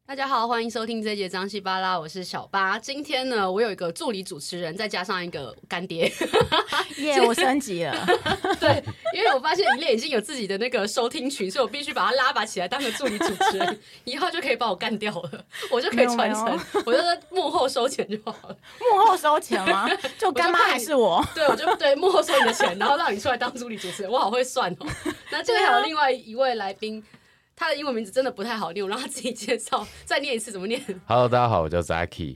大家好，欢迎收听这一节张西巴拉，我是小八。今天呢，我有一个助理主持人，再加上一个干爹， 耶，我升级了。 对，因为我发现一列已经有自己的那个收听群，所以我必须把他拉拔起来当个助理主持人，以后就可以把我干掉了，我就可以传承，我就在幕后收钱就好了。 幕后收钱吗？就干妈还是我？ 对，我就对幕后收你的钱，然后让你出来当助理主持人，我好会算哦。那这边还有另外一位来宾。他的英文名字真的不太好念，我让他自己介绍，再念一次怎么念 ？Hello， 大家好，我叫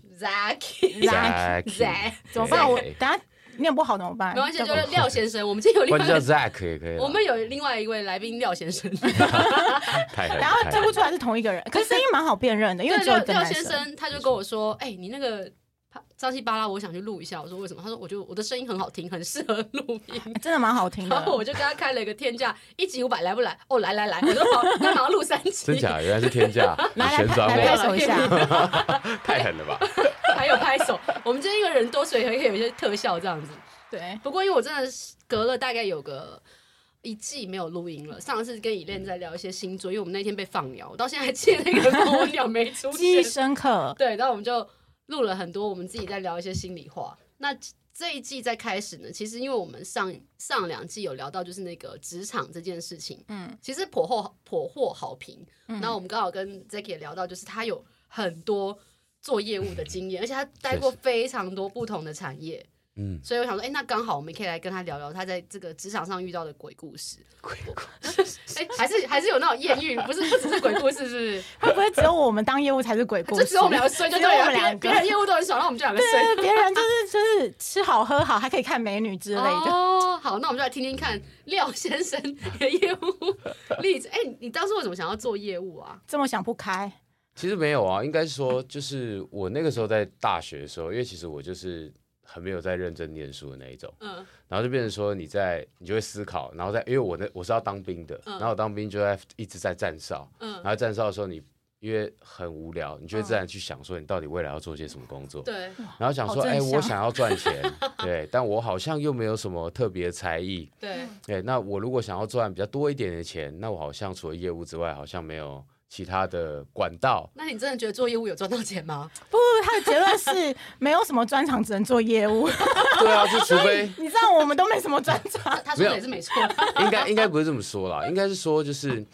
Zacky。Zacky， 怎么办？我等下念不好怎么办？ 没关系，就是廖先生。我们今天有另外叫 Zack 也可以。 我们有另外一位来宾廖先生。 太狠了。 然后听不出来是同一个人，可是声音蛮好辨认的，因为只有一个廖先生他就跟我说：“哎，你那个。”张西巴拉，我想去录一下。我说为什么？他说我觉得我的声音很好听，很适合录音， 真的蛮好听的。 然后我就跟他开了一个天价，1集500，来不来？哦，来，我就好，那马上录3集。 真假？原来是天价， 来旋转拍手一下， 太狠了吧？ 还有拍手，我们今天因为人多，所以可以有一些特效这样子。 对， 不过因为我真的隔了大概有个1季没有录音了，上次跟以恋在聊一些星座，因为我们那天被放鸟，我到现在还记得那个公鸟没出现， 记忆深刻。 对，然后我们就录了很多，我们自己在聊一些心里话。那这一季在开始呢，其实因为我们上2季有聊到就是那个职场这件事情，其实颇获好评。然后我们刚好跟 Zacky 也聊到，就是他有很多做业务的经验，而且他待过非常多不同的产业。所以我想说，那刚好我们可以来跟他聊聊他在这个职场上遇到的鬼故事。 鬼故事， 还是有那种艳遇，不只是鬼故事，是不是？ 会不会只有我们当业务才是鬼故事？ 就只有我们2个衰，就对了。别人业务都很爽，然后我们就2个衰。 对，别人就是吃好喝好，还可以看美女之类的。 哦，好，那我们就来听听看廖先生的业务例子。你当初为什么想要做业务啊？ 这么想不开？ 其实没有啊，应该说就是我那个时候在大学的时候，因为其实我就是很没有在认真念书的那一种，然后就变成说你就会思考，然后因为我是要当兵的，然后我当兵就一直在站哨，然后站哨的时候你因为很无聊，你就会自然去想说你到底未来要做些什么工作， 对， 然后想说我想要赚钱，对，但我好像又没有什么特别的才艺，对，那我如果想要赚比较多一点的钱，那我好像除了业务之外，好像没有其他的管道。 那你真的觉得做业务有赚到钱吗？ 不，他的结论是没有什么专长，只能做业务。 对啊，就除非你知道我们都没什么专长。 他说的也是没错。 应该不是这么说啦，应该是说就是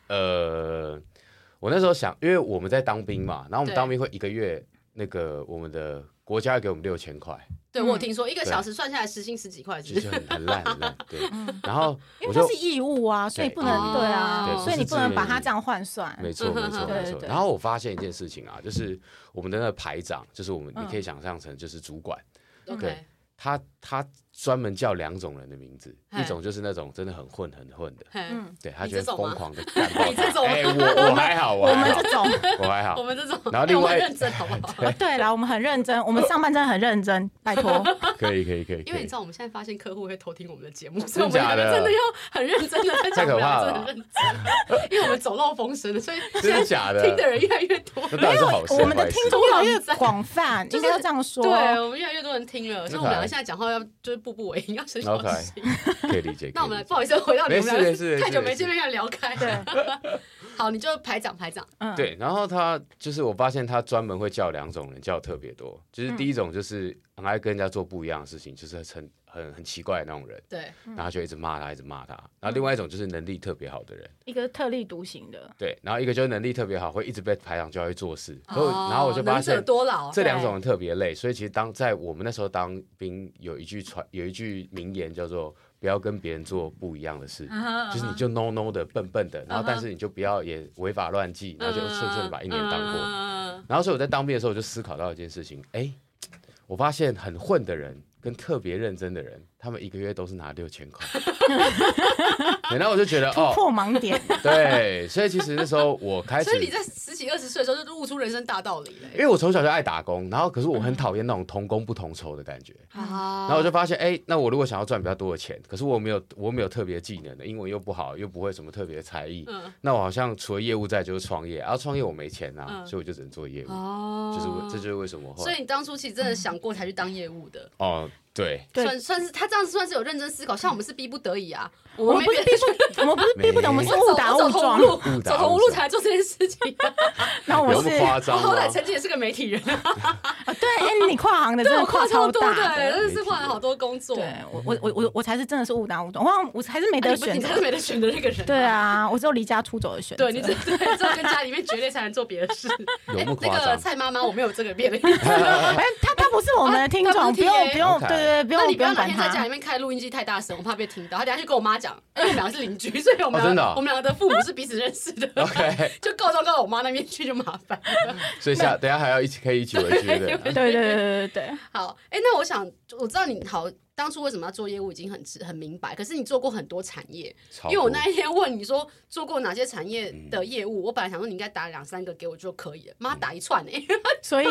我那时候想，因为我们在当兵嘛，然后我们当兵会1个月那个我们的国家会给我们6000块。 对，我有听说1个小时算下来时薪10几块， 就是很烂。对，然后因为它是义务啊，所以不能对啊，所以你不能把它这样换算。 没错。然后我发现一件事情啊，就是我们的那个排长，就是你可以想象成就是主管，对，他专门叫2种人的名字，一种就是那种真的很混的，对，他觉得疯狂的干爆。 你这种， 我还好， 我们这种， 我们这种， 然后另外认真好不好？ 对啦，我们很认真，我们上班真的很认真，拜托。 可以。 因为你知道我们现在发现客户会偷听我们的节目，所以我们真的要很认真的在讲， 太可怕了， 真的很认真，因为我们走漏风声了，所以真的假的？ 听的人越来越多， 那当然是好事。 我们的听众越来越广泛，应该要这样说。 对，我们越来越多人听了，所以我们2个现在讲话就是步步为营，要省小心。 可以理解。 那我们不好意思回到你们 2 个太久没见面，要聊开。 对， 好，你就排长。 对，然后他就是我发现他专门会叫2种人，叫特别多。就是第一种就是很爱跟人家做不一样的事情，就是很奇怪的那种人。 对， 然后就一直骂他。然后另外一种就是能力特别好的人， 一个特立独行的。 对，然后一个就是能力特别好，会一直被排长叫去做事。然后我就发现这2种人特别累，所以其实在我们那时候当兵有一句名言叫做不要跟别人做不一样的事，就是你就 no 的笨的，然后但是你就不要也违法乱纪，然后就顺的把1年当过。然后所以我在当兵的时候，我就思考到一件事情，我发现很混的人跟特别认真的人，他们1个月都是拿6000块。然后我就觉得突破盲点。 对，所以其实那时候我开始， 所以你在10几20岁的时候就悟出人生大道理了。 因为我从小就爱打工，然后可是我很讨厌那种同工不同酬的感觉。然后我就发现，那我如果想要赚比较多的钱，可是我没有特别技能的，英文又不好，又不会什么特别的才艺，那我好像除了业务在就是创业，然后创业我没钱啊，所以我就只能做业务。这就是为什么后来。 所以你当初其实真的想过才去当业务的。 对， 算是他这样算是有认真思考，像我们是逼不得已啊， 我们不是逼不得，我们是误打误撞， 走投无路才做这件事情。 然后我是夸张， 我后来曾经也是个媒体人。 对，你跨行的真的跨超大， 对，真的是换了好多工作。 对，我才是真的是误打误撞，我才是没得选， 你才是没得选的那个人。 对啊，我只有离家出走的选择。 对，你只有跟家里面决裂才能做别的事。 有不夸张？ 那个蔡妈妈，我没有这个别的意思。 他不是我们的听众，不用，对，不用。 你不要哪天在家里面开录音机太大声，我怕被听到。他等下去跟我妈讲，因为我们两个是邻居，所以我们两个的父母是彼此认识的。 OK， 就告状到我妈那边去就麻烦了。 所以等下还要可以一起回去的。 对。 好，那我知道你当初为什么要做业务已经很明白，可是你做过很多产业，因为我那一天问你说做过哪些产业的业务，我本来想说你应该打2-3个给我就可以了，妈打一串所以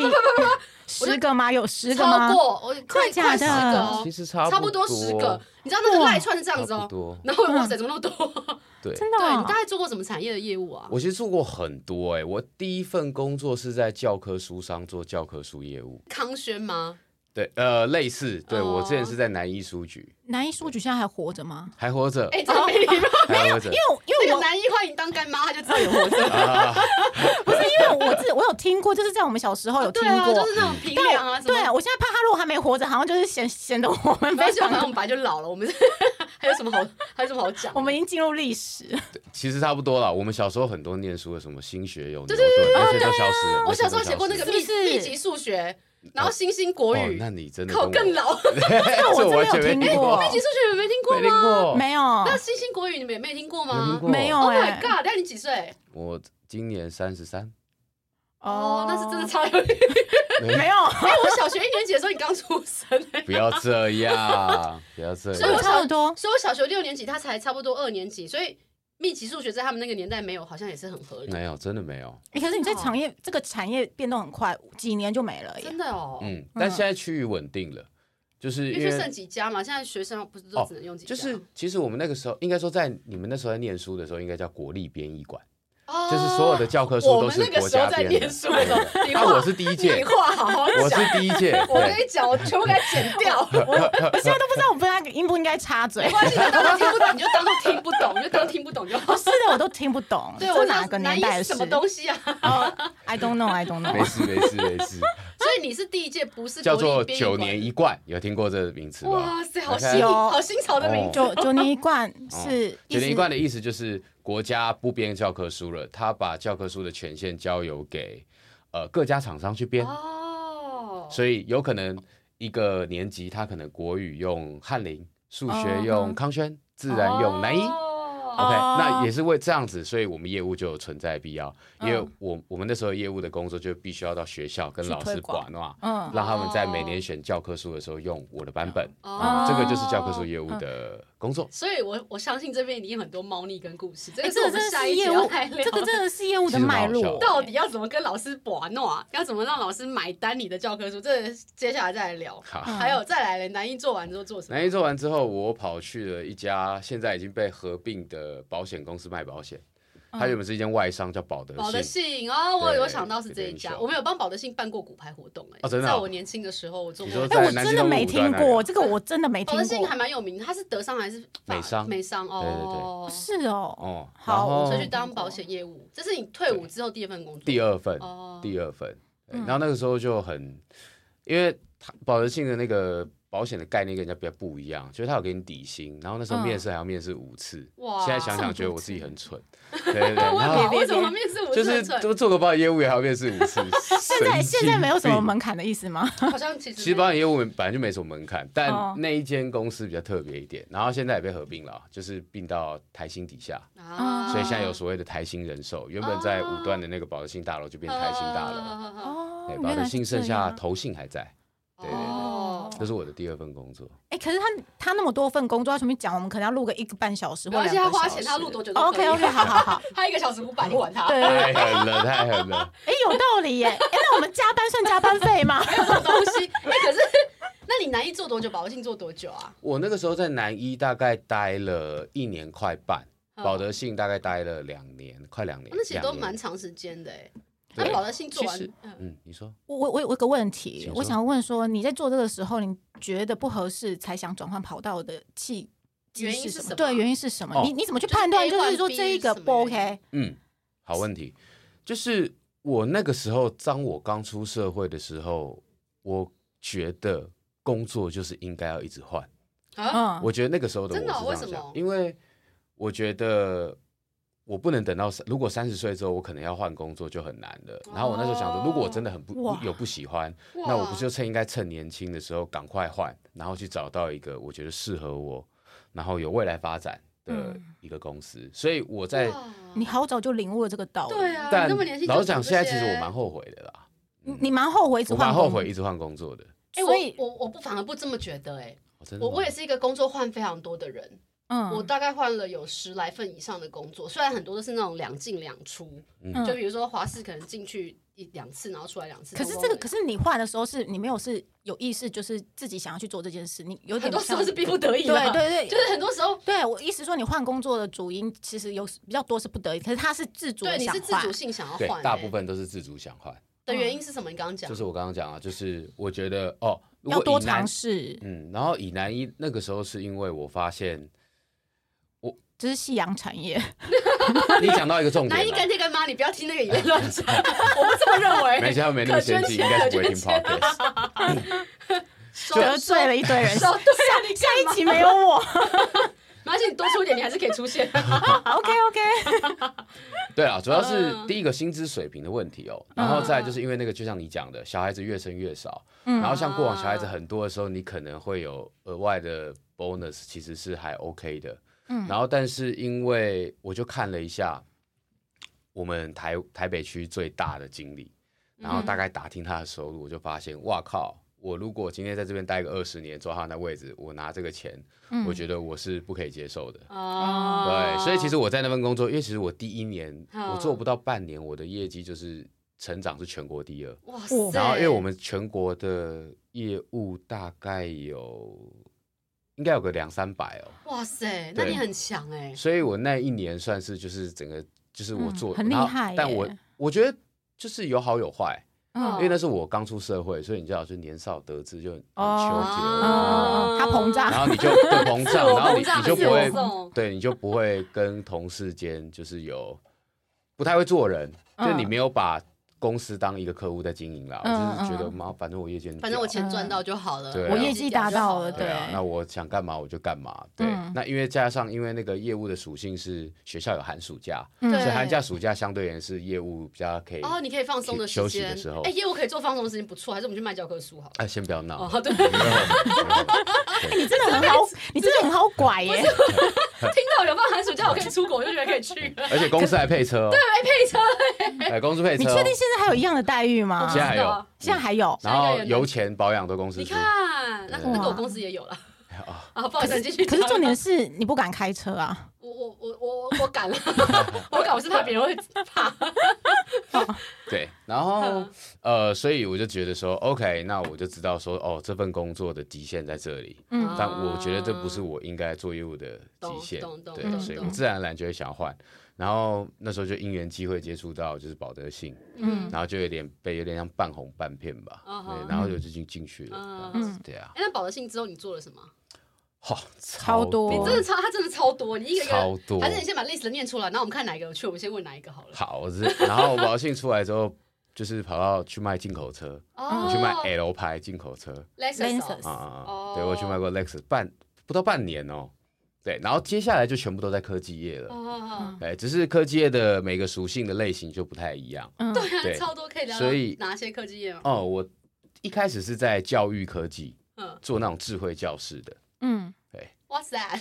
10个吗？有10个吗？ 超过，我快10个哦， 其实差不多10个。你知道那个赖串是这样子哦，然后哇塞怎么那么多？ 对， 真的。 对，你大概做过什么产业的业务啊？ 我其实做过很多我第一份工作是在教科书商做教科书业务。 康轩吗？ 对，类似。对，我之前是在南一书局。 南一书局现在还活着吗？ 还活着。 这个没礼貌。 还活着。 因为我南一欢迎当干妈，他就知道有活着。 不是因为我有听过，就是在我们小时候有听过， 就是那种平凉啊什么。 对，我现在怕他如果还没活着，好像就是显得我们非常， 我们本来就老了，我们还有什么好讲？ 我们已经进入历史。 其实差不多了。我们小时候很多念书的什么新学有牛顿，那些都消失了。 我小时候写过那个密集数学。然后星星国语， 那你真的更老， 这个我真的没有听过。 密集数学你没听过吗？ 没有。 那星星国语你们也没听过吗？ 没有。 Oh my god！ 那你几岁？ 我今年33。 那是真的超有。 没有。 我小学1年级的时候你刚出生。 不要这样，不要这样。 所以我小学6年级，他才差不多2年级，所以。密集数学在他们那个年代没有，好像也是很合理。 没有，真的没有。 可是你在这个产业变动很快，几年就没了耶。 真的哦。 但现在趋于稳定了，就是因为剩几家嘛。现在学生不是都只能用几家。 就是其实我们那个时候，应该说在你们那时候在念书的时候，应该叫国立编译馆。就是所有的教科书都是国家编的。 那我是第一届， 你话好好讲。 我是第一届。 我跟你讲，我全部给它剪掉。 我现在都不知道我应不应该插嘴。 没关系，当做听不懂你就当做听不懂，就当听不懂就好。 是的，我都听不懂。 对，我哪个年代的什么东西啊 ？I don't know。 没事。 所以你是第一届，不是叫做9年1贯，有听过这个名词吗？ 哇塞，好新潮的名字。 9年1贯是 9年1贯的意思就是国家不编教科书了，他把教科书的权限交由给各家厂商去编。所以有可能一个年级他可能国语用翰林，数学用康轩，自然用南一。OK， 那也是为这样子，所以我们业务就有存在必要，因为我们那时候业务的工作就必须要到学校跟老师管嘛，让他们在每年选教科书的时候用我的版本，这个就是教科书业务的工作。 所以我相信这边一定有很多猫腻跟故事，这个是我们下一集要来聊。这个真的是业务的脉络， 到底要怎么跟老师把诺，要怎么让老师买单你的教科书，这接下来再来聊。还有再来南一做完之后做什么？ 南一做完之后，我跑去了一家现在已经被合并的保险公司卖保险。它原本是一间外商，叫保德信我有想到是这一家，我们有帮保德信办过股牌活动真的在我年轻的时候我做过。 我真的没听过这个，我真的没听过。 保德信还蛮有名的，它是德商还是美商哦， 对，是哦， 好，所以去当保险业务，这是你退伍之后第2份工作。 第二份，然后那个时候就很，因为保德信的那个保险的概念跟人家比较不一样，就是他有给你底薪，然后那时候面试还要面试5次。哇！现在想想觉得我自己很蠢。对。 为什么面试5次？ 就是都做个保险业务也还要面试5次。 现在没有什么门槛的意思吗？ 好像其实保险业务本来就没什么门槛，但那一间公司比较特别一点，然后现在也被合并了，就是并到台新底下，所以现在有所谓的台新人寿，原本在5段的那个保德信大楼就变台新大楼。保德信剩下投信还在。对，这是我的第2份工作。 可是他那么多份工作，他前面讲，我们可能要录个1个半小时或2个小时。 而且他花钱，他录多久都可以。 OK， 好， 他1个小时500，你管他。 太狠了。 有道理耶。那我们加班算加班费吗？ 没有这种东西。可是，那你南一做多久？保德信做多久啊？ 我那个时候在南一大概待了1年快半，保德信大概待了2年，快2年。 那其实都蛮长时间的那保德信做完， 你说， 我有个问题，我想问说，你在做这个时候，你觉得不合适才想转换跑道的原因是什么？ 对，原因是什么？你怎么去判断？就是说这一个不 OK？ 好问题，就是我那个时候，当我刚出社会的时候，我觉得工作就是应该要一直换。我觉得那个时候的我是这样想，为什么？因为我觉得我不能等到如果30岁之后我可能要换工作就很难了。然后我那时候想说，如果我真的很不喜欢，那我不就应该趁年轻的时候赶快换，然后去找到一个我觉得适合我，然后有未来发展的一个公司。所以我在你好早就领悟了这个道理。 对啊， 但那么年轻老实讲，现在其实我蛮后悔的啦。 你蛮后悔一直换， 我蛮后悔一直换工作的。 所以我反而不这么觉得我也是一个工作换非常多的人。我大概换了有10来份以上的工作，虽然很多都是那种2进2出，就比如说华视可能进去2次，然后出来2次。 可是你换的时候是你没有是有意识，就是自己想要去做这件事，你有点很多时候是逼不得已。 对， 就是很多时候， 对我意思说，你换工作的主因其实有比较多是不得已，可是他是自主的想换， 对，你是自主性想要换， 大部分都是自主想换的原因是什么？你刚刚讲， 就是我刚刚讲啊，就是我觉得要多尝试， 然后以南一那个时候是因为我发现。 这是夕阳产业。 你讲到一个重点， 南一干爹干妈，你不要听那个影片乱讲，我不这么认为。 没想到没那么先进，应该是不会听 podcast。 得罪了一堆人。 对啊，你下一集没有我。 没关系，你多出一点，你还是可以出现。 OK。 对啊，主要是第一个薪资水平的问题然后再来就是因为那个，就像你讲的，小孩子越生越少，然后像过往小孩子很多的时候，你可能会有额外的 bonus， 其实是还 OK 的。然后但是因为我就看了一下我们台北区最大的经理，然后大概打听他的收入，我就发现哇靠，我如果今天在这边待个20年，坐他那位置，我拿这个钱，我觉得我是不可以接受的。对，所以其实我在那份工作，因为其实我第1年我做不到半年，我的业绩就是成长是全国第2。 哇塞！ 然后因为我们全国的业务大概应该有个200-300 哇塞，那你很强所以我那1年算是就是整个就是我做很厉害但我觉得就是有好有坏。因为那是我刚出社会，所以你知道，就年少得志就很求解， 他膨胀， 然后你就膨胀，然后你就不会，对，你就不会跟同事间就是不太会做人，就你没有把公司当一个客户在经营啦，我就是觉得反正我业绩， 反正我钱赚到就好了， 我业绩达到了， 对啊，那我想干嘛我就干嘛，对。那因为加上因为那个业务的属性是学校有寒暑假，所以寒假暑假相对而言是业务比较可以你可以放松的休息的时候， 业务可以做放松的时间不错，还是我们去卖教科书好了？ 先不要闹， 对， 你真的很好拐耶。 听到有放寒暑假，我可以出国，我就觉得可以去了。 而且公司还配车， 对，还配车， 公司配车。 你确定现在还有一样的待遇吗？ 现在还有，然后油钱保养都公司出。 你看，那个我公司也有了。不好意思，继续。 可是重点是你不敢开车啊。 我敢了，我是怕别人会怕。 对，然后所以我就觉得说 ，OK， 那我就知道说，这份工作的极限在这里。但我觉得这不是我应该做业务的极限。对，所以我自然而然就会想换。然后那时候就因缘际会接触到就是保德信，然后就有点像半红半片吧，对，然后就进去了，对啊。 那保德信之后你做了什么？ 超多， 他真的超多，你一个超多， 还是你先把 list 念出来，然后我们看哪一个有趣，我们先问哪一个好了。 好，然后保德信出来之后，就是跑到去卖进口车，我去卖 L 牌进口车 ，Lexus 对，我去卖过 Lexus，不到半年对，然后接下来就全部都在科技业了，对，只是科技业的每个属性的类型就不太一样， 对，超多可以聊。 所以哪些科技业吗？ 我一开始是在教育科技，做那种智慧教室的，对。 What's that？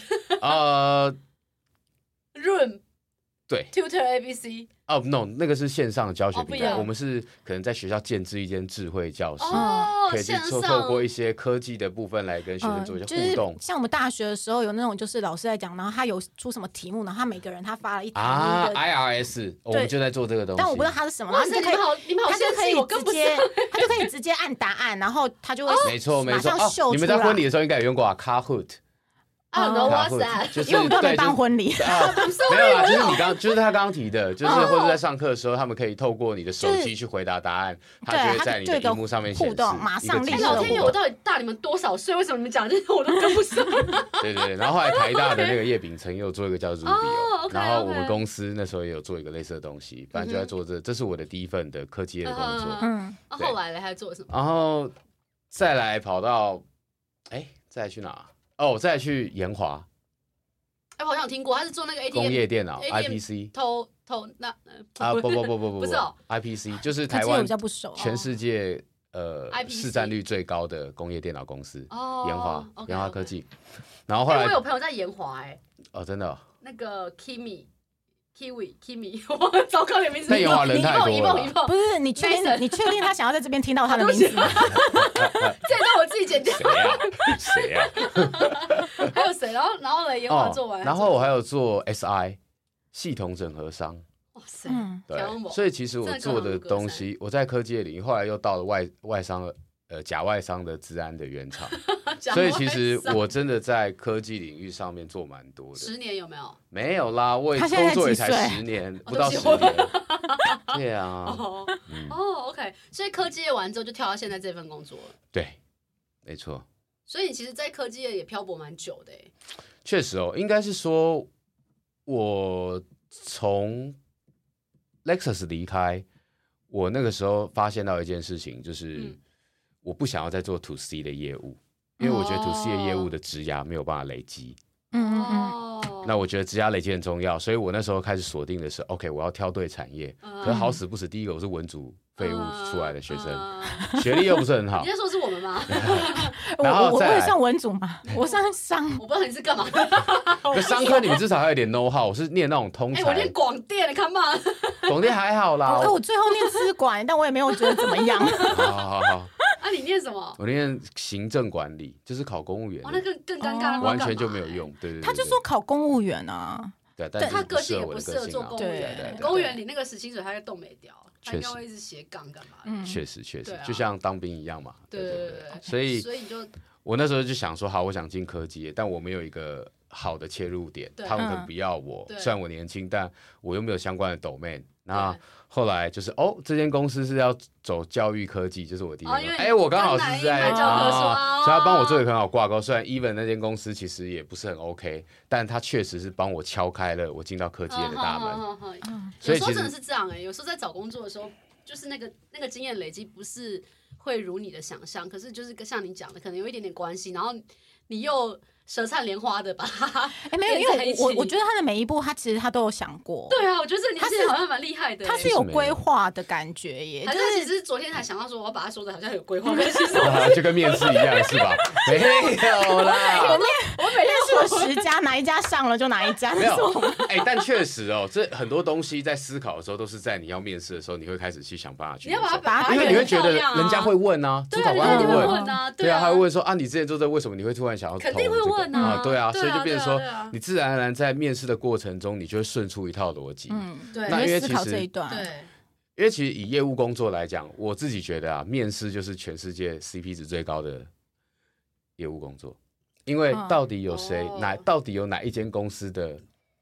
Room 对 Tutor ABC no， 那个是线上的教学平台，我们是可能在学校建置一间智慧教室，可以去透过一些科技的部分来跟学生做一些互动。 像我们大学的时候有那种，就是老师在讲，然后他有出什么题目，然后他每个人他发了一题 IRS， 我们就在做这个东西， 但我不知道它是什么，然后你们好他就可以直接按答案，然后他就会没错马上秀出来。 你们在婚礼的时候应该有用过Kahoot。 I don't know what's that， 就是因为我们都没办婚礼没有啦，就是他刚刚提的，就是或者在上课的时候，他们可以透过你的手机去回答答案，他就会在你的荧幕上面显示， 马上立刻。 老天爷，我到底大你们多少岁？为什么你们讲这些我都跟不上？ 对，然后后来台大的那个叶秉成也有做一个叫 Rubio， 然后我们公司那时候也有做一个类似的东西，反正就在做这是我的第一份的科技业的工作。 后来还做什么？ 然后再来跑到，再来去哪？我再来去研华。 我好像有听过，他是做那个 ATM 工业电脑 IPC 偷那不是哦 IPC 就是台湾全世界 IPC 市占率最高的工业电脑公司研华科技。然后后来我有朋友在研华真的那个 Kiwi， 我糟糕的名字。 但研华人太多了。 不是你确定他想要在这边听到他的名字吗？ 这段我自己剪掉。 谁啊？ 还有谁？然后呢？研华做完， 然后我还有做 SI 系统整合商。 哇塞， 对，所以其实我做的东西，我在科技领域，后来又到了外商假外商的资安的原厂，所以其实我真的在科技领域上面做蛮多的。 10年有没有？ 没有啦，我工作也才10年，不到10年。对啊。 OK， 所以科技业完之后就跳到现在这份工作了。 对，没错。 所以你其实，在科技业也漂泊蛮久的。 确实应该是说，我从 Lexus 离开，我那个时候发现到一件事情，就是我不想要再做 To C 的业务，因为我觉得 To C 的业务的职涯没有办法累积。那我觉得职涯累积很重要，所以我那时候开始锁定的是 OK， 我要挑对产业。可是好死不死，第一个我是文组废物出来的学生，学历又不是很好。 你在说是我们吗？ 我也上文组嘛，我上商， 我不知道你是干嘛。 商科你们至少还有点 know how， 我是念那种通才。 我念广电，看嘛。 广电还好啦。 我最后念资管，但我也没有觉得怎么样。 好。 你念什么？ 我念行政管理，就是考公务员。 那更尴尬， 完全就没有用。对。 他就说考公务员啊。 对，但是他个性也不适合做公务员。公务员你那个时薪水他就动没掉，他应该会一直斜杠干嘛？ 确实，就像当兵一样嘛。 对。 所以你就， 我那时候就想说，好，我想进科技业，但我没有一个好的切入点，他们可能不要我。虽然我年轻，但我又没有相关的 domain。那后来就是这间公司是要走教育科技，就是我第一个。我刚好是在所以他帮我做一个很好挂钩。虽然 Even 那间公司其实也不是很 OK， 但他确实是帮我敲开了我进到科技业的大门。 所以有时候真的是这样有时候在找工作的时候，就是那个经验累积不是会如你的想象，可是就是像你讲的，可能有一点点关系，然后你又舌灿莲花的吧？ 没有，因为我觉得他的每一步，其实他都有想过。 对啊，我觉得这年轻人好像蛮厉害的。 他是有规划的感觉耶， 就是其实昨天才想到说，我要把他说的好像有规划， 就跟面试一样是吧？没有啦， 我每天去了10家，哪一家上了就哪一家。 没有，但确实这很多东西在思考的时候，都是在你要面试的时候，你会开始去想办法去。 你要把它， 因为你会觉得人家会问啊，主考官会问啊， 对啊，他会问说你之前做这为什么你会突然想要投？ 肯定会问啊， 对啊，所以就变成说，你自然而然在面试的过程中，你就会顺出一套逻辑。 对， 那因为其实这一段， 对， 因为其实以业务工作来讲，我自己觉得面试就是全世界 CP 值最高的业务工作，因为到底有谁到底有哪一间公司的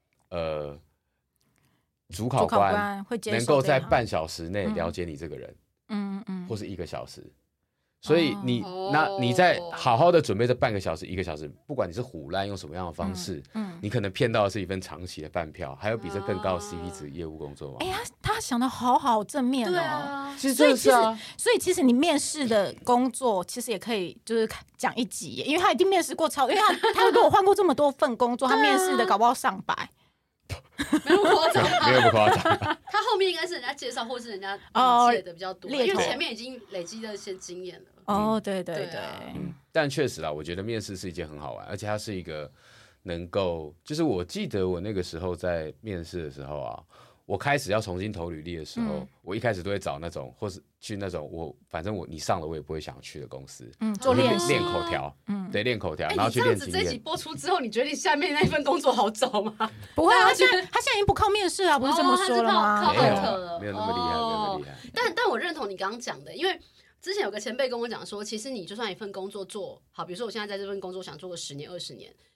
主考官能够在半小时内了解你这个人，或是1个小时，所以你在好好的准备这半个小时、1个小时，不管你是唬烂用什么样的方式，你可能骗到的是一份长期的饭票，还有比这更高的 CP 值业务工作吗？ 他想的好正面其实这是所以其实你面试的工作其实也可以就是讲一集耶，因为他一定面试过因为他如果换过这么多份工作，他面试的搞不好上百。 没有夸张， 没有不夸张。 他后面应该是人家介绍，或是人家借的比较多，因为前面已经累积了一些经验了。 对。 但确实啦，我觉得面试是一件很好玩，而且它是一个能够，就是我记得我那个时候在面试的时候我开始要重新投履历的时候，我一开始都会找那种，或是去那种反正你上了我也不会想去的公司， 做练口条，对，练口条，然后去练经验。 这样子这集播出之后，你觉得你下面那份工作好找吗？ 不会他现在已经不靠面试了，不是这么说了吗？ 靠 hunter 了， 没有那么厉害，没有那么厉害。 但我认同你刚刚讲的，因为之前有个前辈跟我讲说，其实你就算一份工作做好，比如说我现在在这份工作想做个10年、20年。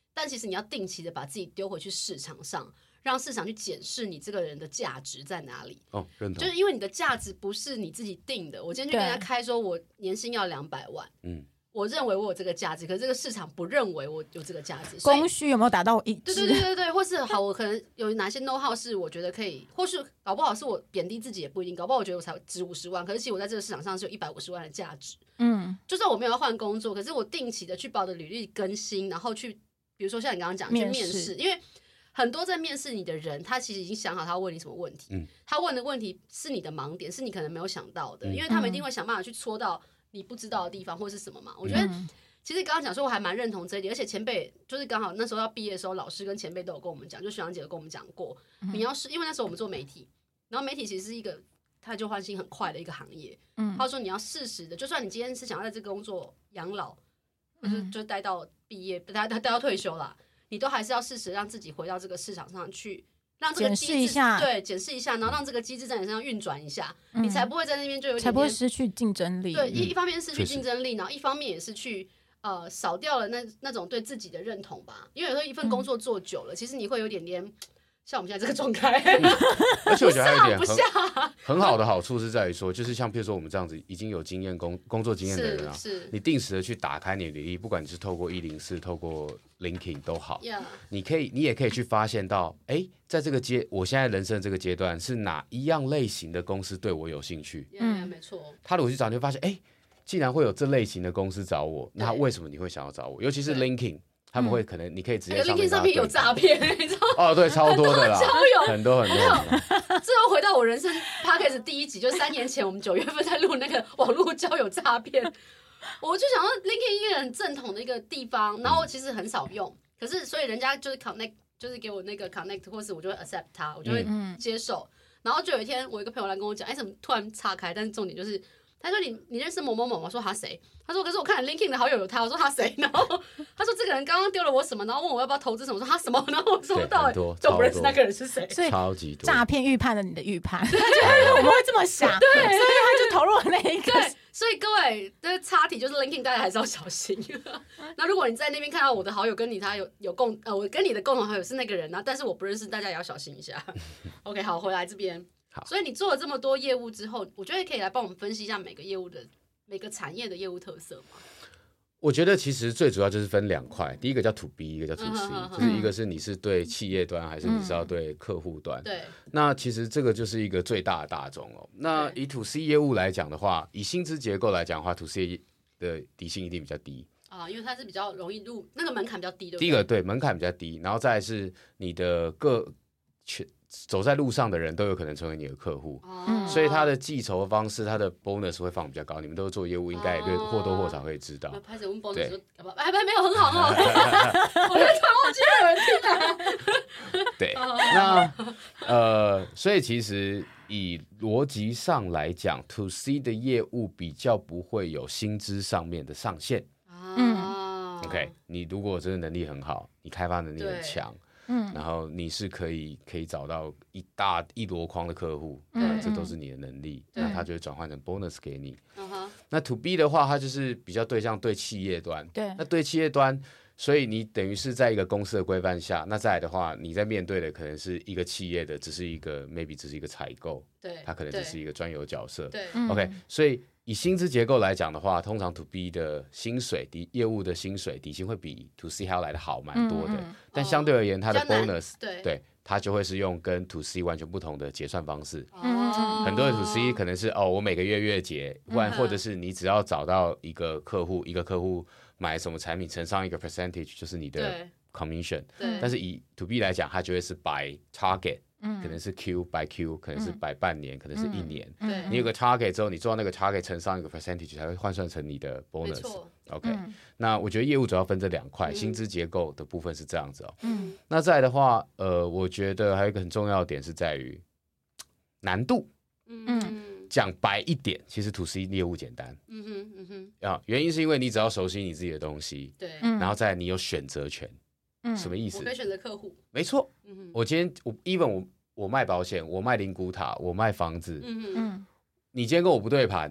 但其实你要定期的把自己丢回去市场上，让市场去检视你这个人的价值在哪里。 认同， 就是因为你的价值不是你自己定的。我今天去跟人家开说，我年薪要200万，我认为我有这个价值，可是这个市场不认为我有这个价值。 供需有没有达到一致？ 对，或是好，我可能有哪些 know how 是我觉得可以，或是搞不好是我贬低自己也不一定，搞不好我觉得我才值50万，可是其实我在这个市场上是有150万的价值。就算我没有要换工作，可是我定期的去把我的履历更新，然后去，比如说像你刚刚讲去面试，因为很多在面试你的人，他其实已经想好他要问你什么问题，他问的问题是你的盲点，是你可能没有想到的，因为他们一定会想办法去戳到你不知道的地方或是什么嘛。我觉得其实刚刚讲说我还蛮认同这一点，而且前辈就是刚好那时候要毕业的时候，老师跟前辈都有跟我们讲，就学长姐有跟我们讲过，你要是因为那时候我们做媒体，然后媒体其实是一个汰旧换新很快的一个行业，他说你要适时的，就算你今天是想要在这个工作养老，就待到毕业，待到退休啦，你都还是要适时让自己回到这个市场上去，让这个机制检视一下，然后让这个机制在你身上运转一下，你才不会在那边就有点才不会失去竞争力。 对，一方面失去竞争力，然后一方面也是去少掉了那种对自己的认同吧。因为有时候一份工作做久了，其实你会有点像我们现在这个状态， 而且我觉得还有一点很好的好处是在于说，就是像譬如说我们这样子已经有经验工作经验的人啊，你定时的去打开你的履历，不管你是透过104、透过 LinkedIn 都好，你也可以去发现到，在这个我现在人生的这个阶段是哪一样类型的公司对我有兴趣？ 没错。 他如果去找，你会发现，既然会有这类型的公司找我，那为什么你会想要找我？尤其是 LinkedIn。他们会可能你可以直接 LinkedIn 上面有诈骗，你知道吗？ 对，超多的啦，很多。最后回到我人生 Podcast 第1集，就3年前我们9月份在录那个网络交友诈骗，我就想说 LinkedIn 一个很正统的一个地方，然后其实很少用，可是所以人家就是 connect， 就是给我那个 connect， 或是我就会 accept 他，我就会接受。然后就有一天我一个朋友来跟我讲，怎么突然岔开？但是重点就是。他说你认识某某某？我说他谁？他说可是我看 LinkedIn 的好友有他。我说他谁？然后他说这个人刚刚丢了我什么？然后问我要不要投资什么？我说他什么？然后我说到就不认识那个人是谁。 所以超级多诈骗预判了你的预判，我们会这么想，对，所以他就投入了那一个。 对，所以各位这插题就是 LinkedIn 大家还是要小心。那如果你在那边看到我的好友跟他有我跟你的共同好友是那个人啊，但是我不认识，大家也要小心一下。OK， 好，回来这边。所以你做了这么多业务之后，我觉得可以来帮我们分析一下每个产业的业务特色吗？ 我觉得其实最主要就是分2块，第一个叫 To B， 一个叫 To C，就是一个是你是对企业端，还是你是要对客户端。 对。 那其实这个就是一个最大的大众哦。那以 To C 业务来讲的话，以薪资结构来讲的话 ，To C 的底薪一定比较低。 因为它是比较容易入，那个门槛比较低，对不对？ 第一个对门槛比较低，然后再来是你的走在路上的人都有可能成为你的客户，所以他的计酬的方式，他的 bonus 会放比较高。你们都是做业务，应该也或多或少可以知道。对， 没有很好，我在传我记得有人听啊。 对，那所以其实以逻辑上来讲 ，to C 的业务比较不会有薪资上面的上限。OK， 你如果真的能力很好，你开发能力很强。然后你是可以找到一箩筐的客户，这都是你的能力，那他就会转换成 bonus 给你。那 to B 的话，它就是比较对企业端，那对企业端，所以你等于是在一个公司的规范下，那再来的话，你在面对的可能是一个企业的，只是一个 maybe 只是一个采购，它可能只是一个专有角色。OK， 所以以薪资结构来讲的话，通常 To B 的薪水业务的薪水底薪会比 To C 还要来的好蛮多的，但相对而言，它的 bonus 对它就会是用跟 To C 完全不同的结算方式。很多的 To C 可能是我每个月结，或者是你只要找到一个客户买什么产品乘上一个 percentage 就是你的 commission。但是以 To B 来讲，它就会是 by target。可能是 Q by Q， 可能是by半年，可能是1年。你有个 target 之后，你做到那个 target 乘上一个 percentage 才会换算成你的 bonus。OK，那我觉得业务主要分这2块，薪资结构的部分是这样子哦。那再来的话，我觉得还有一个很重要的点是在于难度。讲白一点，其实 To C 业务简单。原因是因为你只要熟悉你自己的东西，然后再来你有选择权。什么意思？ 我可以选择客户。 没错。我今天even 我卖保险，我卖灵骨塔，我卖房子。你今天跟我不对盘，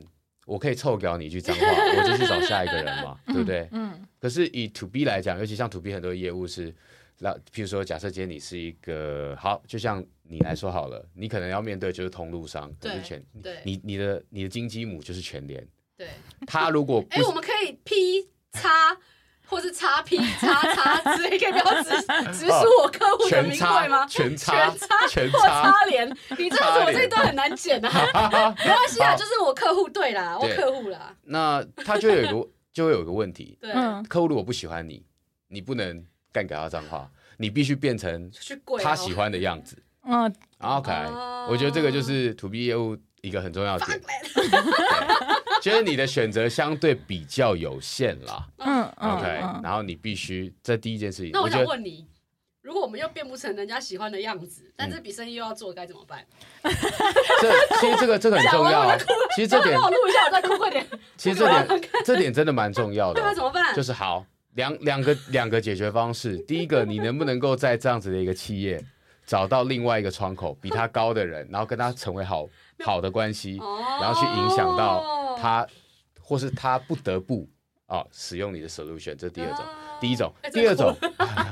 我可以臭屌你一句脏话，我就去找下一个人嘛，对不对？可是以 to B 来讲，尤其像 to B 很多业务是，譬如说假设今天你是一个好，就像你来说好了，你可能要面对就是通路商， 对， 你的金鸡母就是全联， 对， 他如果我们可以 P 叉。或是叉 P 叉之类，可以不要直属我客户的名讳吗？ 全叉或叉连，你这样子我这一段很难剪啊。没关系啊，就是我客户对啦，我客户啦。 那他就会有一个问题， 对， 客户如果不喜欢你，你不能干给他脏话，你必须变成他喜欢的样子。OK， 我觉得这个就是 To B 业务一个很重要的点。就是你的选择相对比较有限啦，OK，然后你必须这第一件事情。 那我想问你，如果我们又变不成人家喜欢的样子，但这笔生意又要做，该怎么办？ 其实这个很重要啊。其实这点， 我录一下，我再哭快点。 其实这点真的蛮重要的。 对，怎么办？ 就是好两个解决方式。第一个，你能不能够在这样子的一个企业找到另外一个窗口，比他高的人，然后跟他成为好的关系，然后去影响到。他或是他不得不使用你的 solution， 这是第二种。第一种，第二种。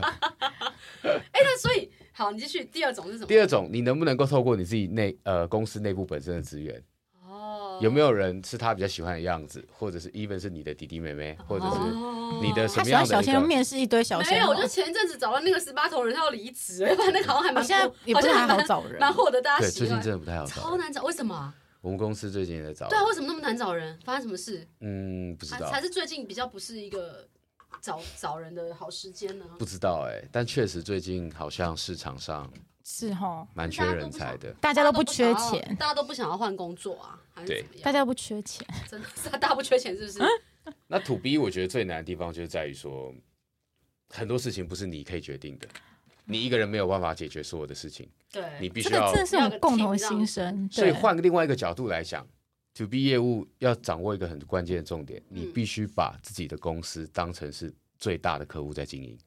那所以好，你继续。第二种是什么？ 第二种，你能不能够透过你自己公司内部本身的资源，有没有人是他比较喜欢的样子，或者是 even 是你的弟弟妹妹，或者是你的什么样的？他喜欢小鲜肉，面试一堆小鲜肉。 没有，我就前一阵子找到那个18头人，他要离职，要不然那个好像还蛮现在也不太好找人， 蛮获得大家喜欢。 对，最近真的不太好找， 超难找，为什么？ 我们公司最近也在找。 对啊，为什么那么难找人？发生什么事？ 不知道。 还是最近比较不是一个找人的好时间呢？ 不知道但确实最近好像市场上是蛮缺人才的， 大家都不缺钱， 大家都不想要换工作啊，还是怎么样？ 大家不缺钱， 真的是大家不缺钱，是不是？ 那 To B 我觉得最难的地方就是在于说，很多事情不是你可以决定的。你一个人没有办法解决所有的事情， 对， 你必须要， 这是我们共同的心声。 所以换另外一个角度来讲 ，To B 业务要掌握一个很关键的重点，你必须把自己的公司当成是最大的客户在经营。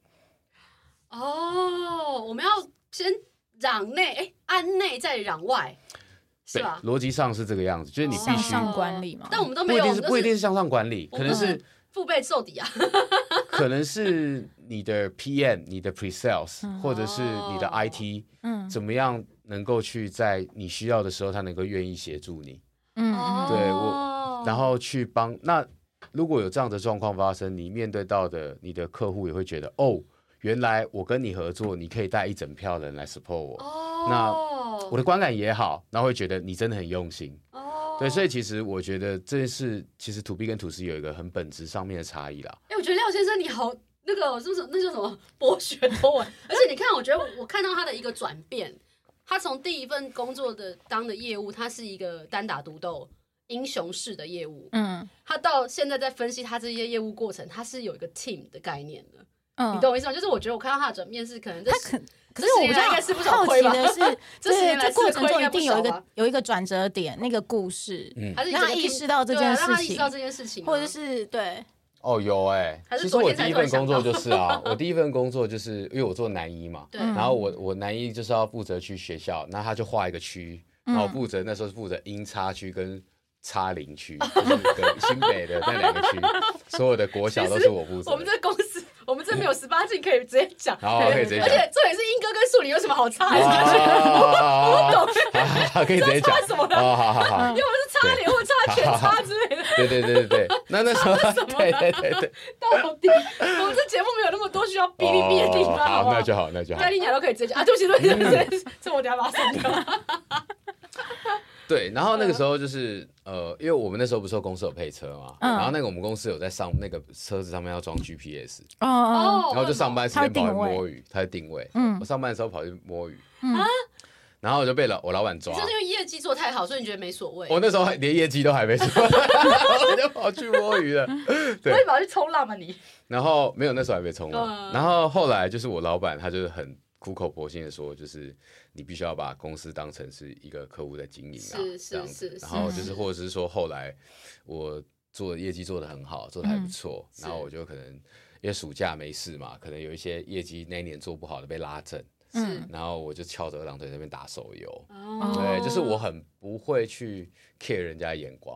我们要先攘内，安内再攘外，是吧？ 逻辑上是这个样子，就是你必须向上管理嘛。 但我们都没有， 不一定是向上管理，可能是腹背受敌啊。 可能是你的 PM、你的 Pre-Sales，或者是你的 IT，怎么样能够去在你需要的时候，他能够愿意协助你。对我，然后去帮。那如果有这样的状况发生，你面对到的你的客户也会觉得，原来我跟你合作，你可以带一整票人来 support 我。那我的观感也好，然后会觉得你真的很用心。对，所以其实我觉得这是其实 To B 跟 To C 有一个很本质上面的差异啦。 我觉得廖先生你好，那个是不是那叫什么博学多闻？而且你看，我觉得我看到他的一个转变，他从第一份工作的当的业务，他是一个单打独斗英雄式的业务，他到现在在分析他这些业务过程，他是有一个 team 的概念的。你懂我意思吗？就是我觉得我看到他的转变是可能可是我比较好奇的是，这过程中一定有一个转折点，那个故事，让他意识到这件事情，或者是对。 有其实我第一份工作就是我第一份工作就是因为我做南一嘛，然后我南一就是要负责去学校，然后他就画一个区，然后那时候是负责英差区跟叉零区，就是跟新北的那2个区，所有的国小都是我负责。 我们这公司，我们这没有18禁，可以直接讲， 可以直接讲。 而且重点是英哥跟数理有什么好差的？我懂， 可以直接讲。 什么？好，因为我们是差点或差全差之类的。 对，那时候对， 到底我们这节目没有那么多需要哔哔哔的地方， 好，那就好。 该听起来都可以直接讲对不起，这我等下把它删掉。 对，然后那个时候就是因为我们那时候不是公司有配车嘛，然后我们公司有在上那个车子上面要装 GPS， 然后就上班时间跑去摸鱼，他在定位，我上班的时候跑去摸鱼，然后我就被我老板抓。 就是因为业绩做太好，所以你觉得没所谓？ 我那时候连业绩都还没做，我就跑去摸鱼了。对， 所以跑去冲浪嘛你？ 然后没有，那时候还没冲浪。然后后来就是我老板，他就是很苦口婆心的说，就是你必须要把公司当成是一个客户在经营这样子。然后就是或者是说后来我做业绩做得很好，做得还不错，然后我就可能因为暑假没事嘛，可能有一些业绩那一年做不好的被拉正。然后我就翘着二郎腿在那边打手游，对，就是我很不会去 care 人家的眼光，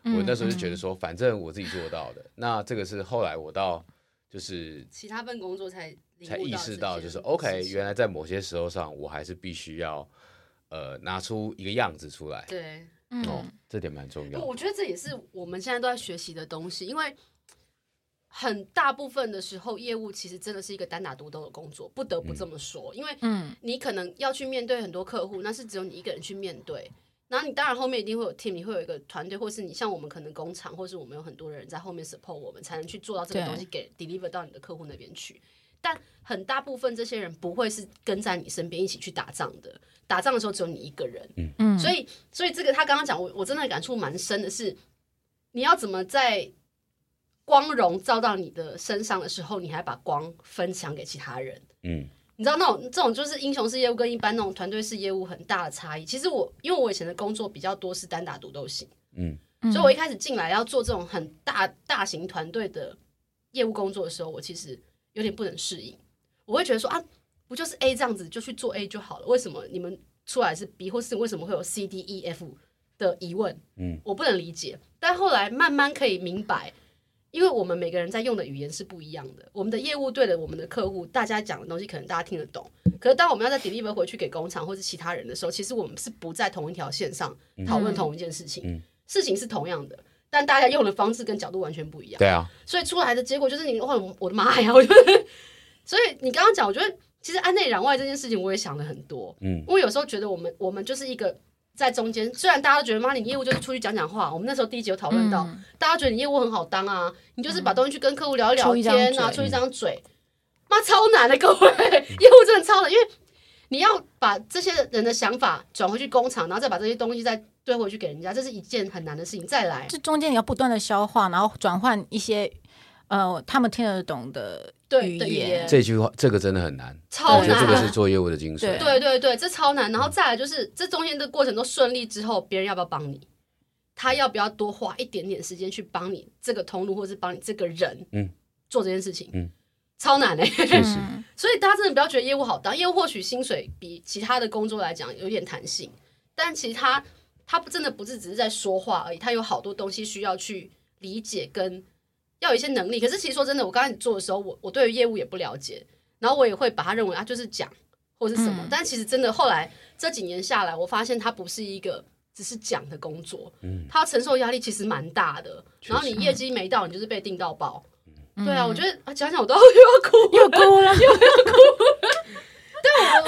我那时候就觉得说，反正我自己做到的。那这个是后来我到就是其他份工作才意识到，就是 OK， 原来在某些时候上，我还是必须要拿出一个样子出来。 对， 这点蛮重要的。 我觉得这也是我们现在都在学习的东西，因为很大部分的时候，业务其实真的是一个单打独斗的工作，不得不这么说。因为你可能要去面对很多客户，那是只有你一个人去面对。然后你当然后面一定会有 team， 你会有一个团队，或是你像我们可能工厂，或是我们有很多的人在后面 support 我们，才能去做到这个东西给 deliver 到你的客户那边去。但很大部分这些人不会是跟在你身边一起去打仗的，打仗的时候只有你一个人。所以这个他刚刚讲，我真的感触蛮深的是，你要怎么在光荣照到你的身上的时候，你还把光分享给其他人。你知道这种就是英雄式业务跟一般那种团队式业务很大的差异。其实因为我以前的工作比较多是单打独斗型，所以我一开始进来要做这种很大型团队的业务工作的时候，我其实有点不能适应。我会觉得说不就是 A 这样子就去做 A 就好了，为什么你们出来是 B， 或是为什么会有 C、D、E、F 的疑问？我不能理解。但后来慢慢可以明白。因为我们每个人在用的语言是不一样的，我们的业务对了我们的客户，大家讲的东西可能大家听得懂，可是当我们要在 deliver 回去给工厂或是其他人的时候，其实我们是不在同一条线上讨论同一件事情，事情是同样的，但大家用的方式跟角度完全不一样。 对啊， 所以出来的结果就是我的妈呀！所以你刚刚讲，我觉得其实安内攘外这件事情我也想了很多，因为有时候觉得我们就是一个。在中间，虽然大家都觉得妈，你业务就是出去讲讲话。我们那时候第一集有讨论到，大家觉得你业务很好当啊，你就是把东西去跟客户聊一聊天啊，出一张嘴，妈超难的各位，业务真的超难，因为你要把这些人的想法转回去工厂，然后再把这些东西再兑回去给人家，这是一件很难的事情。再来， 这中间你要不断的消化，然后转换一些他们听得懂的语言。 这句话这个真的很难， 超难。 这个是做业务的精髓。 对，这超难。然后再来就是这中间的过程都顺利之后，别人要不要帮你？他要不要多花一点点时间去帮你这个通路，或是帮你这个人做这件事情？超难确实。 所以大家真的不要觉得业务好当，业务或许薪水比其他的工作来讲有点弹性，但其实他真的不是只是在说话而已，他有好多东西需要去理解跟。要有一些能力，可是其实说真的，我刚开始做的时候，我对于业务也不了解，然后我也会把它认为就是讲或是什么，但其实真的后来这几年下来，我发现它不是一个只是讲的工作，它承受压力其实蛮大的，然后你业绩没到，你就是被定到爆。对啊，我觉得讲讲我都又要哭， 又哭了， 又要哭了。但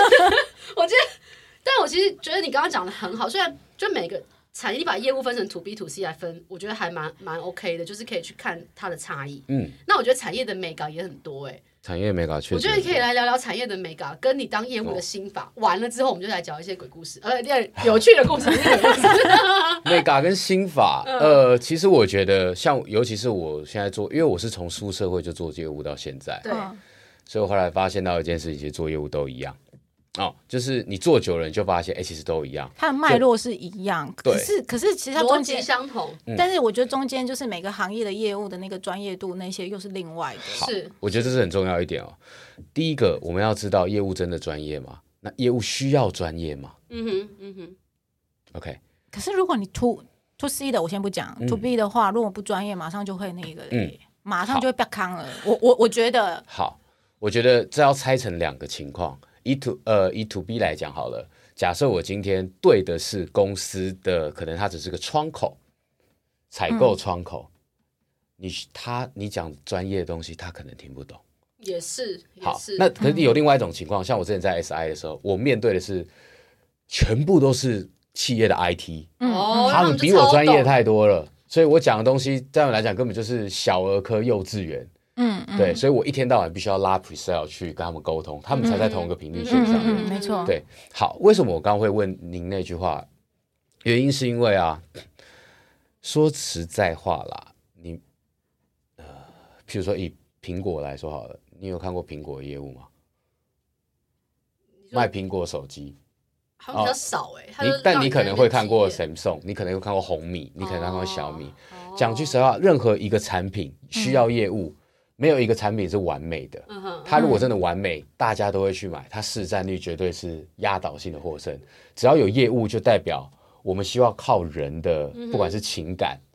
我其实觉得你刚刚讲的很好，虽然就每个。产业你把业务分成 to B to C 来分，我觉得还蛮 OK 的，就是可以去看它的差异。那我觉得产业的美感也很多产业美感确实， 我觉得可以来聊聊产业的美感，跟你当业务的心法。完了之后，我们就来讲一些鬼故事，有趣的故事。 美感跟心法，其实我觉得像，尤其是我现在做，因为我是从出社会就做业务到现在， 对， 所以我后来发现到一件事情，其实做业务都一样。就是你做久了，你就发现，其实都一样， 它的脉络是一样，可是其实它逻辑相同， 但是我觉得中间就是每个行业的业务的那个专业度，那些又是另外的。 是， 我觉得这是很重要一点第一个，我们要知道业务真的专业吗？那业务需要专业吗？OK。 可是如果你 to C 的，我先不讲，to B 的话，如果不专业，马上就会那个，马上就会被康了。我觉得好，我觉得这要拆成两个情况。以 to B 来讲好了，假设我今天对的是公司的，可能它只是个窗口，采购窗口，你讲专业的东西，他可能听不懂。 也是。 好，那可是有另外一种情况，像我之前在 SI 的时候，我面对的是全部都是企业的 IT，他们比我专业太多了，所以我讲的东西，在他们来讲根本就是小儿科、幼稚园。对，所以我一天到晚必须要拉 pre-sale 去跟他们沟通，他们才在同一个频率线上面。 没错。 对，好，为什么我刚刚会问您那句话？原因是因为说实在话啦，你譬如说以苹果来说好了，你有看过苹果的业务吗？卖苹果手机， 好像比较少但你可能会看过 Samsung， 你可能会看过红米，你可能看过小米。讲句实话，任何一个产品需要业务。没有一个产品是完美的，它如果真的完美，大家都会去买，它市占率绝对是压倒性的获胜。只要有业务，就代表我们需要靠人的，不管是情感，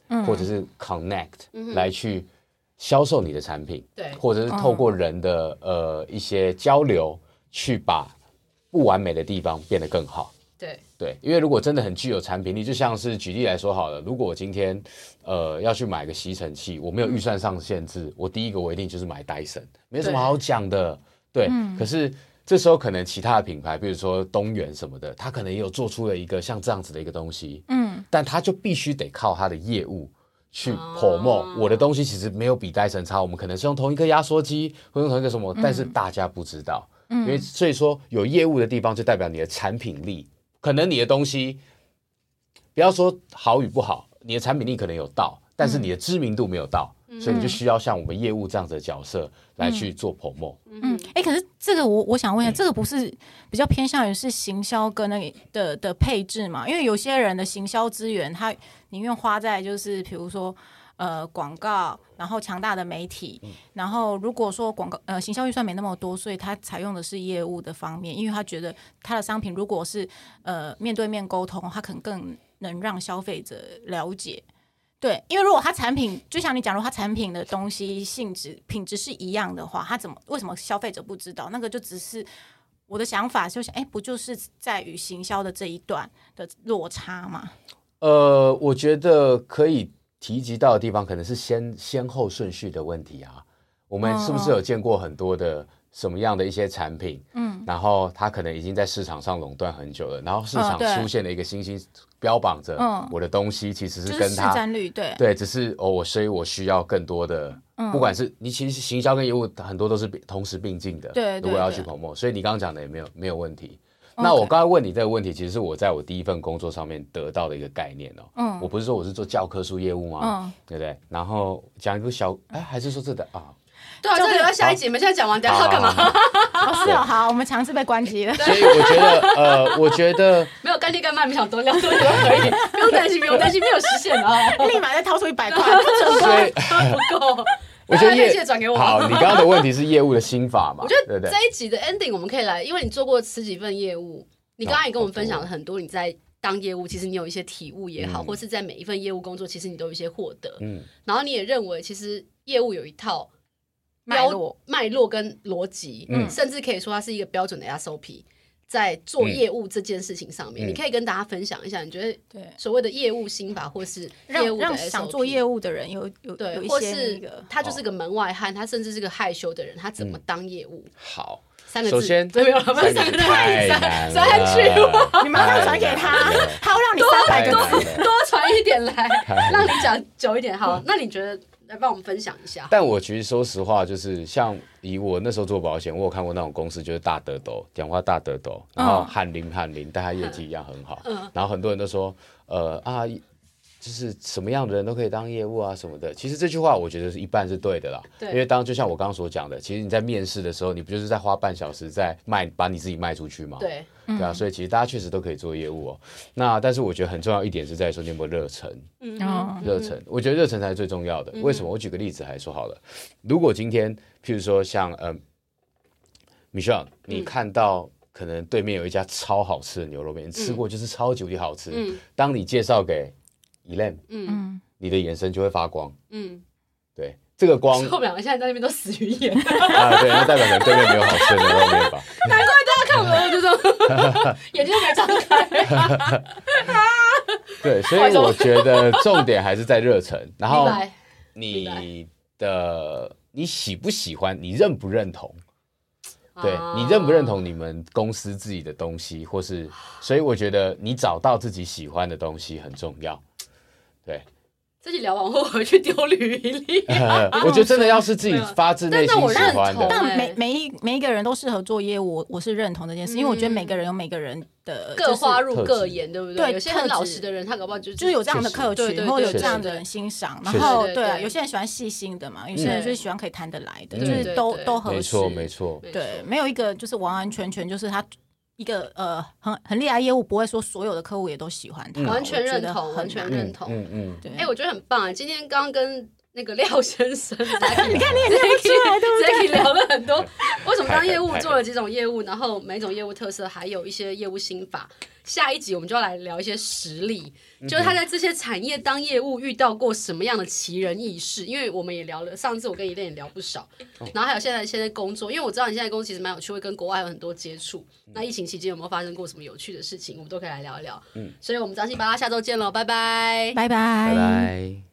或者是 connect 来去销售你的产品， 对， 或者是透过人的一些交流去把不完美的地方变得更好。对，因为如果真的很具有产品力，就像是举例来说好了，如果我今天要去买个吸尘器，我没有预算上的限制，我第一个我一定就是买 Dyson， 没什么好讲的。对，可是这时候可能其他的品牌，比如说东元什么的，他可能也有做出了一个像这样子的一个东西，但他就必须得靠他的业务去 promote 我的东西，其实没有比 Dyson 差，我们可能是用同一个压缩机，或用同一个什么，但是大家不知道，因为所以说有业务的地方就代表你的产品力。可能你的东西不要说好与不好，你的产品力可能有到，但是你的知名度没有到，所以你就需要像我们业务这样子的角色来去做 promote。 可是这个我想问一下，这个不是比较偏向于是行销跟那个的配置嘛？因为有些人的行销资源，他宁愿花在就是比如说广告，然后强大的媒体，然后如果说广告行销预算没那么多，所以他采用的是业务的方面，因为他觉得他的商品如果是面对面沟通，他可能更能让消费者了解。对，因为如果他产品就像你讲，如果他产品的东西性质品质是一样的话，他为什么消费者不知道？那个就只是我的想法，就是不就是在于行销的这一段的落差吗？ 我觉得可以提及到的地方可能是先后顺序的问题啊。我们是不是有见过很多的什么样的一些产品，然后它可能已经在市场上垄断很久了，然后市场出现了一个新兴标榜着我的东西其实是跟它市占率对，只是所以我需要更多的，不管是你其实行销跟业务很多都是同时并进的， 对， 如果要去 promote， 所以你刚刚讲的也没有问题。那我刚才问你这个问题，其实是我在我第一份工作上面得到的一个概念哦。我不是说我是做教科书业务吗？对不对？然后讲一个还是说这个啊？ 对啊，这留到下一集，你们现在讲完，等下要干嘛？ 是哦，好，我们强制被关机了。 所以我觉得没有干爹干妈，你们想多聊多聊可以，不用担心，没有实现啊， 立马再掏出100块， 不够。 我觉得业转给我。 好，你刚刚的问题是业务的心法嘛？ 我觉得这一集的 ending 我们可以来，因为你做过10几份业务，你刚刚也跟我们分享了很多你在当业务，其实你有一些体悟也好，或是在每一份业务工作，其实你都有一些获得。然后你也认为，其实业务有一套脉络跟逻辑，甚至可以说它是一个标准的 SOP。在做业务这件事情上面，你可以跟大家分享一下，你觉得所谓的业务心法，或是业务的 SOP， 让想做业务的人有对， 一些或是他就是个门外汉，他甚至是个害羞的人，他怎么当业务？ 好 ，3个字， 首先没有了，3个字太难了，3句话， 你马上传给他，他要让你300个字， 多传一点来，让你讲久一点。好，那你觉得？来帮我们分享一下。 但我其实说实话，就是像以我那时候做保险，我有看过那种公司，就是大得斗，讲话大得斗，然后喊铃，但他业绩一样很好。然后很多人都说，就是什么样的人都可以当业务啊什么的。其实这句话我觉得是一半是对的啦，因为就像我刚刚所讲的，其实你在面试的时候，你不就是在花半小时在把你自己卖出去吗？ 对啊，所以其实大家确实都可以做业务哦。那但是我觉得很重要一点是在说你有没有热忱，热忱，我觉得热忱才是最重要的。为什么？我举个例子来说好了，如果今天譬如说像Michelle， 你看到可能对面有一家超好吃的牛肉面，你吃过就是超级无敌好吃。当你介绍给Elaine，你的眼神就会发光。对，这个光， 我们两个现在在那边都死鱼眼啊，对，那代表可能对面没有好吃的牛肉面吧？ 难怪大家看我就说眼睛都没张开。 对，所以我觉得重点还是在热忱，然后你喜不喜欢，你认不认同？对，你认不认同你们公司自己的东西，或是，所以我觉得你找到自己喜欢的东西很重要。对， 自己聊完后回去丢履历。 我觉得真的要是自己发自内心喜欢的。 但每一个人都适合做业务，我是认同这件事，因为我觉得每个人有每个人的各花入各眼，对不对？有些很老实的人，他搞不好就是有这样的客群，或有这样的人欣赏。然后对啊，有些人喜欢细心的嘛，有些人就是喜欢可以谈得来的，就是都合适。 没错。 对，没有一个就是完完全全就是他。一个很厉害的业务，不会说所有的客户也都喜欢他， 完全认同，完全认同。对，我觉得很棒啊！今天刚刚跟那个廖先生，你看你也认不出来，对不对？ 可以聊了很多，为什么当业务做了几种业务，然后每种业务特色，还有一些业务心法。下一集我们就要来聊一些实例，就是他在这些产业当业务遇到过什么样的奇人异事。因为我们也聊了，上次我跟伊恋也聊不少，然后还有现在工作，因为我知道你现在工作其实蛮有趣，会跟国外有很多接触。那疫情期间有没有发生过什么有趣的事情，我们都可以来聊一聊。所以我们张西巴拉下周见喽，拜拜， 拜拜， 拜拜。